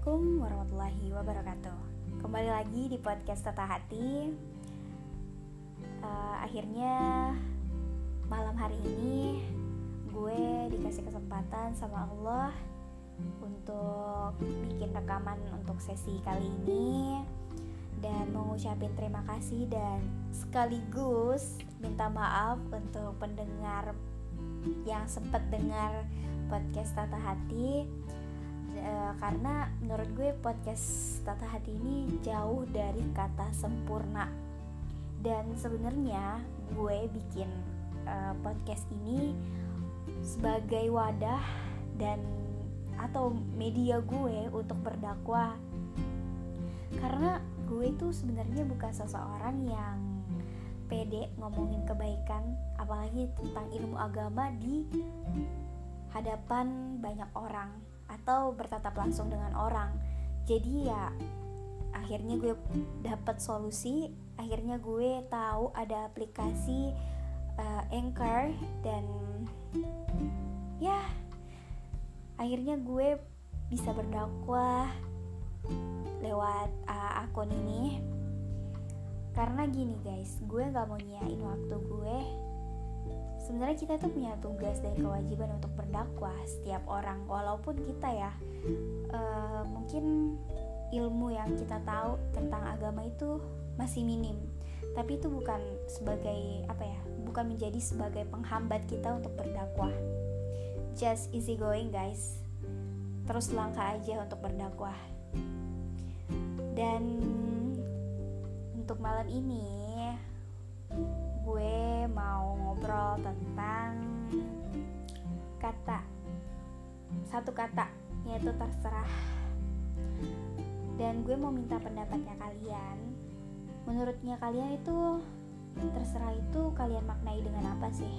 Assalamualaikum warahmatullahi wabarakatuh. Kembali lagi di podcast Tata Hati. Akhirnya malam hari ini gue dikasih kesempatan sama Allah untuk bikin rekaman untuk sesi kali ini, dan mengucapin terima kasih dan sekaligus minta maaf untuk pendengar yang sempat dengar podcast Tata Hati. Karena menurut gue podcast Tata Hati ini jauh dari kata sempurna. Dan sebenarnya gue bikin podcast ini sebagai wadah dan atau media gue untuk berdakwah. Karena gue itu sebenarnya bukan seseorang yang pede ngomongin kebaikan, apalagi tentang ilmu agama di hadapan banyak orang atau bertatap langsung dengan orang. Jadi ya akhirnya gue dapat solusi, akhirnya gue tahu ada aplikasi Anchor, dan ya akhirnya gue bisa berdakwah lewat akun ini. Karena gini guys, gue gak mau nyiain waktu gue. Sebenarnya kita tuh punya tugas dan kewajiban untuk berdakwah setiap orang, walaupun kita ya mungkin ilmu yang kita tahu tentang agama itu masih minim, tapi itu bukan sebagai bukan menjadi sebagai penghambat kita untuk berdakwah. Just easy going guys, terus langkah aja untuk berdakwah. Dan untuk malam ini gue mau ngobrol tentang satu kata, yaitu terserah. Dan gue mau minta pendapatnya kalian. Menurutnya kalian itu terserah itu kalian maknai dengan apa sih?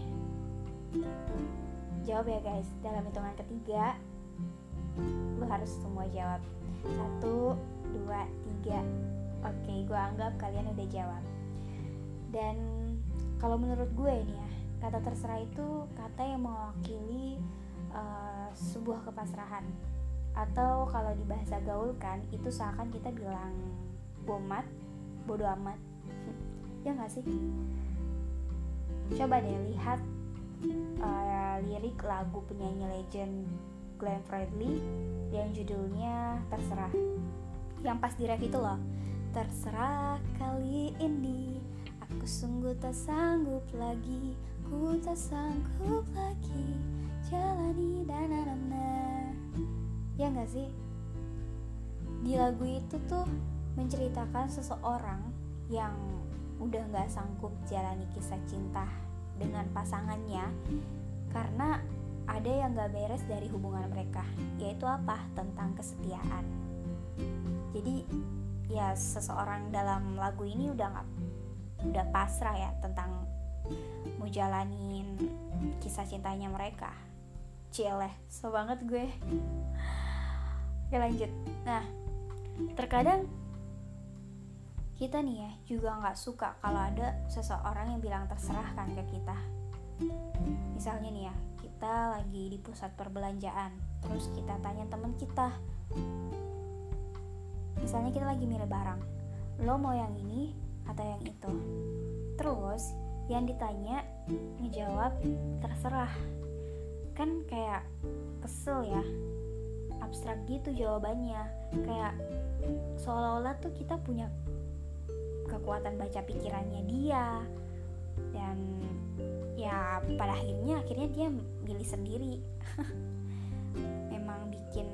Jawab ya guys, dalam hitungan ketiga lu harus semua jawab. 1, 2, 3. Oke, gue anggap kalian udah jawab. Dan kalau menurut gue nih ya, kata terserah itu kata yang mewakili sebuah kepasrahan. Atau kalau di bahasa gaul kan, itu seakan kita bilang bodo amat. Ya gak sih? Coba deh lihat lirik lagu penyanyi legend Glenn Fredly yang judulnya Terserah. Yang pas di ref itu loh, terserah kali ini aku sungguh tak sanggup lagi, ku tak sanggup lagi jalani dananana. Ya gak sih? Di lagu itu tuh menceritakan seseorang yang udah gak sanggup jalani kisah cinta dengan pasangannya karena ada yang gak beres dari hubungan mereka, yaitu apa? Tentang kesetiaan. Jadi ya seseorang dalam lagu ini udah pasrah ya tentang mau jalanin kisah cintanya mereka. Cileh, so banget gue. Oke lanjut. Nah, terkadang kita nih ya juga gak suka kalau ada seseorang yang bilang terserah kan ke kita. Misalnya nih ya, kita lagi di pusat perbelanjaan, terus kita tanya teman kita, misalnya kita lagi milih barang, lo mau yang ini atau yang itu? Terus yang ditanya ngejawab terserah. Kan kayak kesel ya, abstrak gitu jawabannya, kayak seolah-olah tuh kita punya kekuatan baca pikirannya dia. Dan ya pada akhirnya dia milih sendiri. Memang bikin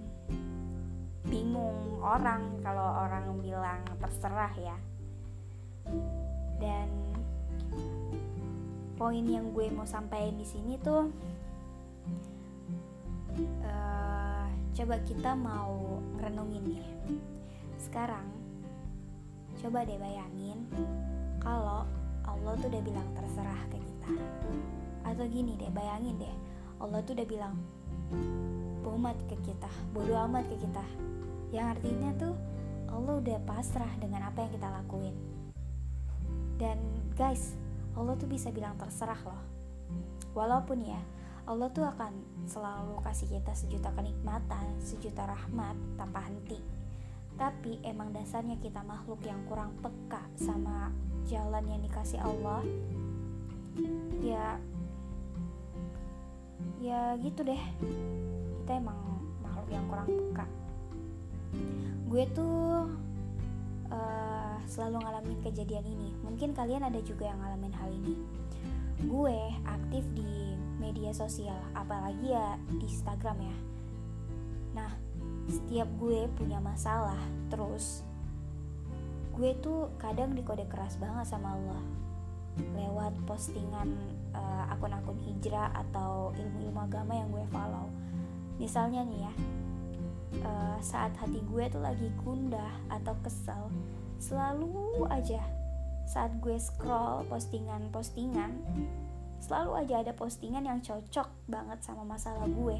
bingung orang kalau orang bilang terserah ya. Dan poin yang gue mau sampaikan di sini tuh coba kita mau ngerenungin nih. Sekarang coba deh bayangin kalau Allah tuh udah bilang terserah ke kita. Atau gini deh, bayangin deh, Allah tuh udah bilang bodo amat ke kita. Yang artinya tuh Allah udah pasrah dengan apa yang kita lakuin. Dan guys, Allah tuh bisa bilang terserah loh. Walaupun ya Allah tuh akan selalu kasih kita sejuta kenikmatan, sejuta rahmat tanpa henti. Tapi emang dasarnya kita makhluk yang kurang peka sama jalan yang dikasih Allah. Ya gitu deh. Kita emang makhluk yang kurang peka. Gue tuh selalu ngalamin kejadian ini. Mungkin kalian ada juga yang ngalamin hal ini. Gue aktif di media sosial, apalagi ya di Instagram ya. Nah, setiap gue punya masalah, terus gue tuh kadang dikode keras banget sama Allah lewat postingan akun-akun hijrah atau ilmu-ilmu agama yang gue follow. Misalnya nih ya, saat hati gue tuh lagi gundah atau kesel, selalu aja saat gue scroll postingan-postingan, selalu aja ada postingan yang cocok banget sama masalah gue.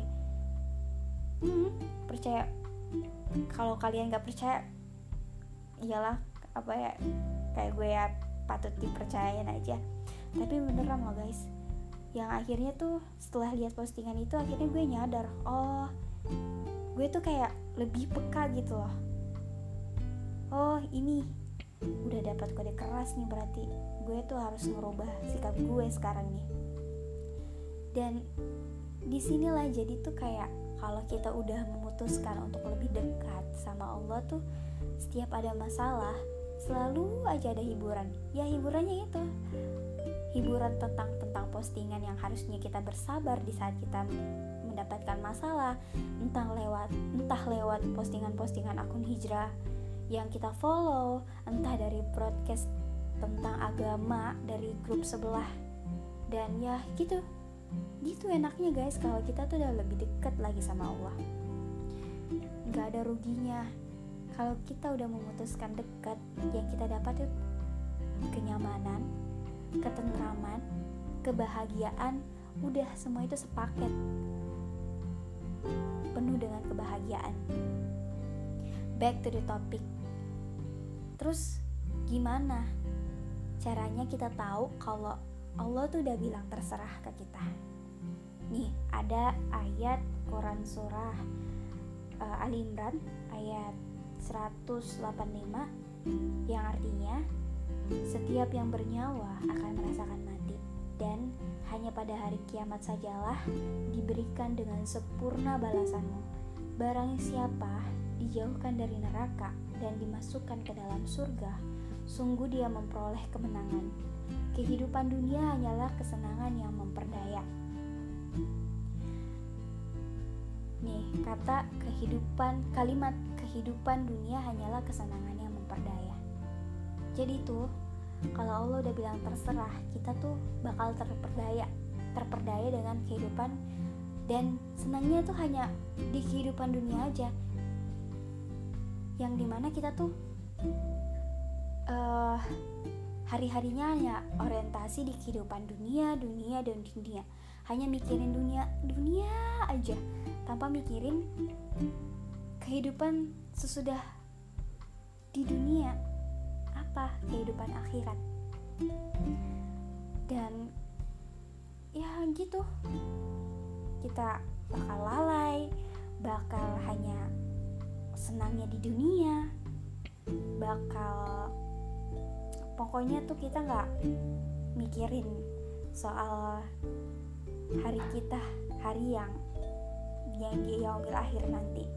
Percaya, kalau kalian gak percaya, iyalah kayak gue ya patut dipercayain aja. Tapi beneran loh guys, yang akhirnya tuh setelah lihat postingan itu, akhirnya gue nyadar, oh gue tuh kayak lebih peka gitu loh. Oh ini udah dapat kode keras nih, berarti gue tuh harus ngerubah sikap gue sekarang nih. Dan disinilah jadi tuh kayak kalau kita udah memutuskan untuk lebih dekat sama Allah tuh, setiap ada masalah selalu aja ada hiburan. Ya hiburannya itu hiburan tentang postingan yang harusnya kita bersabar di saat kita mendapatkan masalah, entah lewat postingan-postingan akun hijrah yang kita follow, entah dari broadcast tentang agama dari grup sebelah. Dan ya gitu enaknya guys kalau kita tuh udah lebih dekat lagi sama Allah. Gak ada ruginya kalau kita udah memutuskan dekat. Yang kita dapat itu kenyamanan, ketentraman, kebahagiaan, udah semua itu sepaket, penuh dengan kebahagiaan. Back to the topic. Terus gimana caranya kita tahu kalau Allah tuh udah bilang terserah ke kita? Nih ada ayat Quran surah Ali Imran ayat 185 yang artinya setiap yang bernyawa akan merasakan mati, dan hanya pada hari kiamat sajalah diberikan dengan sempurna balasanmu. Barang siapa dijauhkan dari neraka dan dimasukkan ke dalam surga, sungguh dia memperoleh kemenangan. Kehidupan dunia hanyalah kesenangan yang memperdaya. Nih, kalimat kehidupan dunia hanyalah kesenangan yang memperdaya. Jadi tuh, kalau Allah udah bilang terserah, kita tuh bakal terperdaya dengan kehidupan, dan senangnya tuh hanya di kehidupan dunia aja, yang dimana kita tuh hari-harinya hanya orientasi di kehidupan dunia, hanya mikirin dunia aja, tanpa mikirin kehidupan sesudah di dunia, apa kehidupan akhirat. Dan ya gitu, kita bakal lalai, bakal hanya senangnya di dunia, pokoknya tuh kita gak mikirin soal hari kita, hari yang di yaumil akhir nanti.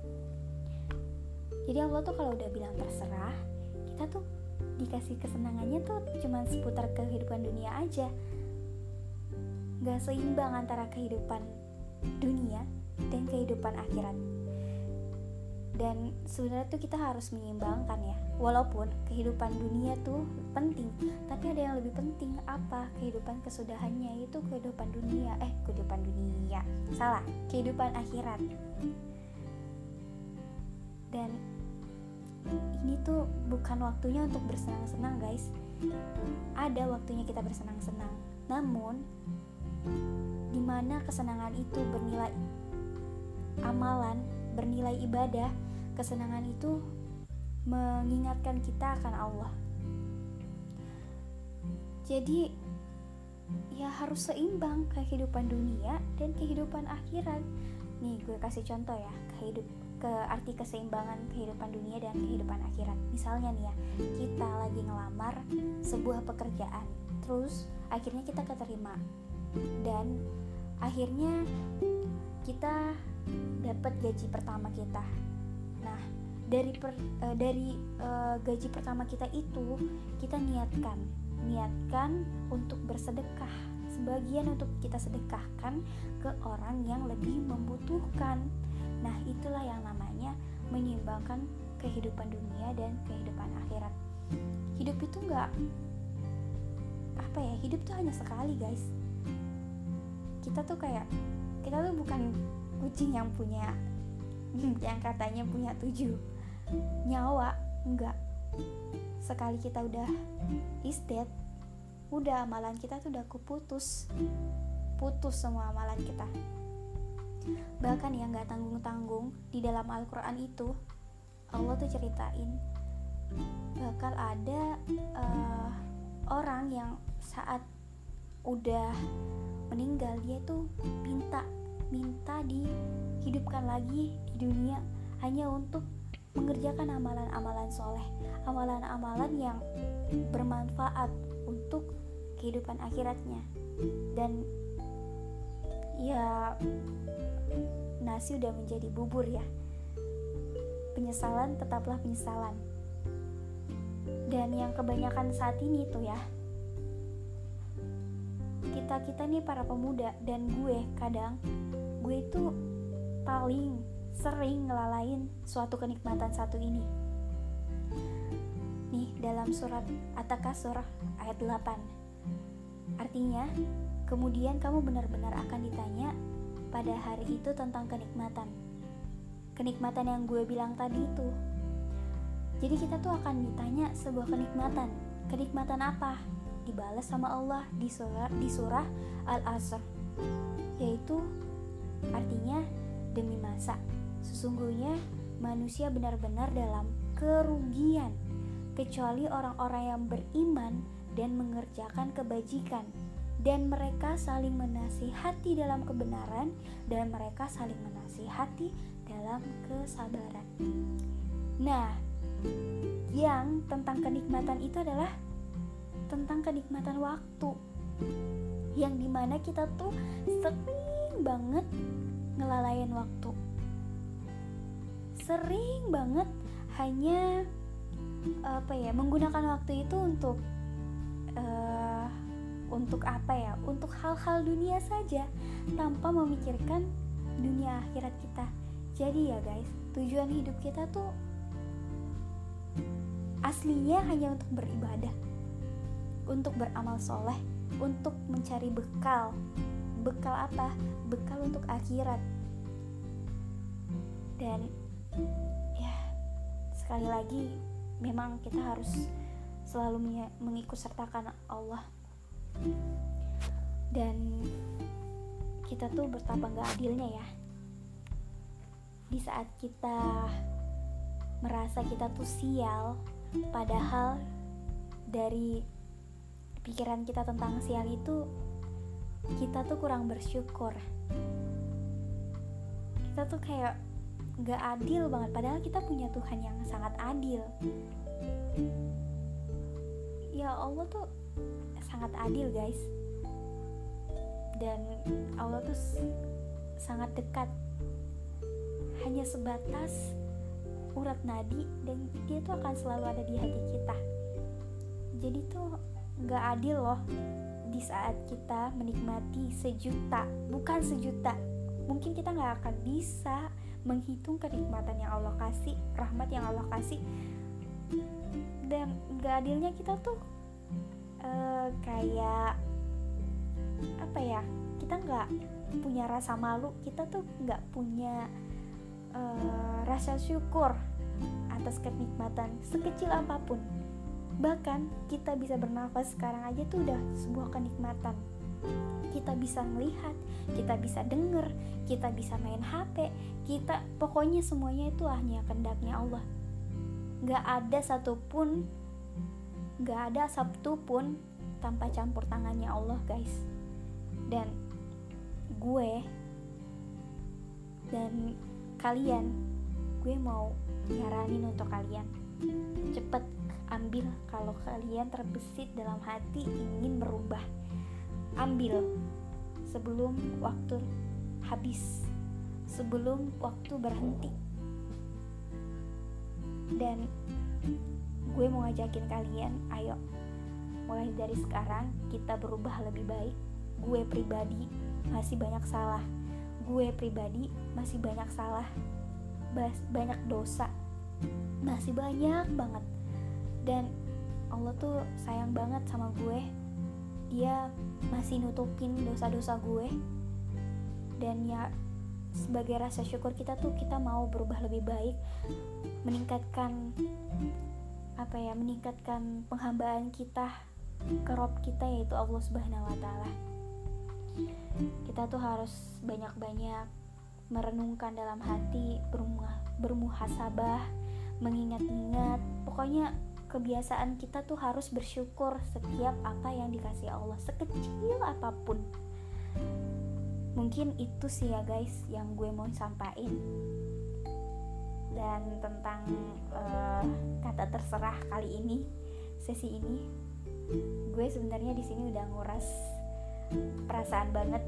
Jadi Allah tuh kalau udah bilang terserah, kita tuh dikasih kesenangannya tuh cuma seputar kehidupan dunia aja, gak seimbang antara kehidupan dunia dan kehidupan akhirat. Dan sebenarnya tuh kita harus menyeimbangkan ya. Walaupun kehidupan dunia tuh penting, tapi ada yang lebih penting. Apa? Kehidupan kesudahannya itu kehidupan dunia. Kehidupan akhirat. Dan ini tuh bukan waktunya untuk bersenang-senang guys. Ada waktunya kita bersenang-senang, namun dimana kesenangan itu bernilai amalan, bernilai ibadah, kesenangan itu mengingatkan kita akan Allah. Jadi ya harus seimbang kehidupan dunia dan kehidupan akhirat. Nih gue kasih contoh ya, ke arti keseimbangan kehidupan dunia dan kehidupan akhirat. Misalnya nih ya, kita lagi ngelamar sebuah pekerjaan, terus akhirnya kita keterima dan akhirnya kita dapat gaji pertama kita. Nah, dari gaji pertama kita itu kita niatkan untuk bersedekah. Sebagian untuk kita sedekahkan ke orang yang lebih membutuhkan. Nah, itulah yang namanya menyeimbangkan kehidupan dunia dan kehidupan akhirat. Hidup itu hidup tuh hanya sekali, guys. Kita tuh bukan kucing yang punya yang katanya punya 7 nyawa, enggak. Sekali kita udah is dead, udah amalan kita tuh udah putus semua amalan kita. Bahkan ya gak tanggung-tanggung, di dalam Al-Quran itu Allah tuh ceritain bakal ada orang yang saat udah meninggal, dia tuh minta dihidupkan lagi di dunia hanya untuk mengerjakan amalan-amalan soleh, amalan-amalan yang bermanfaat untuk kehidupan akhiratnya. Dan ya, nasi udah menjadi bubur ya, penyesalan tetaplah penyesalan. Dan yang kebanyakan saat ini tuh ya, kita nih para pemuda, dan gue itu paling sering ngelalain suatu kenikmatan satu ini. Nih, dalam surat At-Takasur ayat 8. Artinya, kemudian kamu benar-benar akan ditanya pada hari itu tentang kenikmatan. Kenikmatan yang gue bilang tadi itu. Jadi kita tuh akan ditanya sebuah kenikmatan. Kenikmatan apa? Dibalas sama Allah di surah Al-Asr, yaitu artinya, demi masa sesungguhnya manusia benar-benar dalam kerugian kecuali orang-orang yang beriman dan mengerjakan kebajikan, dan mereka saling menasihati dalam kebenaran, dan mereka saling menasihati dalam kesabaran. Nah, yang tentang kenikmatan itu adalah tentang kenikmatan waktu, yang dimana kita tuh sering banget ngelalain waktu, sering banget hanya menggunakan waktu itu untuk untuk hal-hal dunia saja tanpa memikirkan dunia akhirat kita. Jadi ya guys, tujuan hidup kita tuh aslinya hanya untuk beribadah, untuk beramal soleh, untuk mencari bekal apa? Bekal untuk akhirat. Dan ya, sekali lagi, memang kita harus selalu mengikutsertakan Allah. Dan kita tuh betapa gak adilnya ya, di saat kita merasa kita tuh sial, padahal dari pikiran kita tentang sial itu, kita tuh kurang bersyukur. Kita tuh kayak gak adil banget, padahal kita punya Tuhan yang sangat adil. Ya, Allah tuh sangat adil guys, dan Allah tuh sangat dekat, hanya sebatas urat nadi, dan dia tuh akan selalu ada di hati kita. Jadi tuh gak adil loh di saat kita menikmati 1 juta, bukan 1 juta, mungkin kita gak akan bisa menghitung kenikmatan yang Allah kasih, rahmat yang Allah kasih. Dan gak adilnya kita tuh kayak apa ya, kita gak punya rasa malu, kita tuh gak punya rasa syukur atas kenikmatan sekecil apapun. Bahkan kita bisa bernafas sekarang aja tuh udah sebuah kenikmatan. Kita bisa melihat, kita bisa denger, kita bisa main HP, pokoknya semuanya itu hanya kehendaknya Allah. Gak ada satupun tanpa campur tangannya Allah guys. Dan gue dan kalian, gue mau nyaranin untuk kalian, cepet ambil kalau kalian terbesit dalam hati ingin berubah. Ambil sebelum waktu habis, sebelum waktu berhenti. Dan gue mau ngajakin kalian, ayo mulai dari sekarang kita berubah lebih baik. Gue pribadi masih banyak salah, gue pribadi masih banyak salah, banyak dosa, masih banyak banget. Dan Allah tuh sayang banget sama gue, dia masih nutupin dosa-dosa gue. Dan ya sebagai rasa syukur kita tuh kita mau berubah lebih baik, meningkatkan penghambaan kita ke Rob kita, yaitu Allah Subhanahu wa Ta'ala. Kita tuh harus banyak-banyak merenungkan dalam hati, bermuhasabah, mengingat-ingat. Pokoknya kebiasaan kita tuh harus bersyukur setiap apa yang dikasih Allah, sekecil apapun. Mungkin itu sih ya guys yang gue mau sampaikan. Dan tentang kata terserah kali ini, sesi ini, gue sebenarnya di sini udah nguras perasaan banget.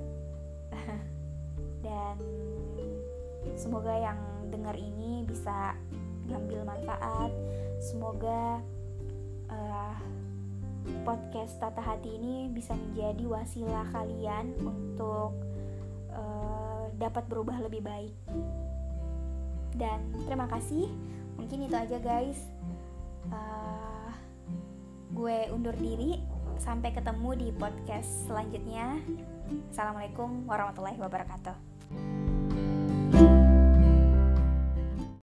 Dan semoga yang dengar ini bisa ngambil manfaat. Semoga podcast Tata Hati ini bisa menjadi wasilah kalian untuk dapat berubah lebih baik. Dan terima kasih. Mungkin itu aja guys. Gue undur diri. Sampai ketemu di podcast selanjutnya. Assalamualaikum warahmatullahi wabarakatuh.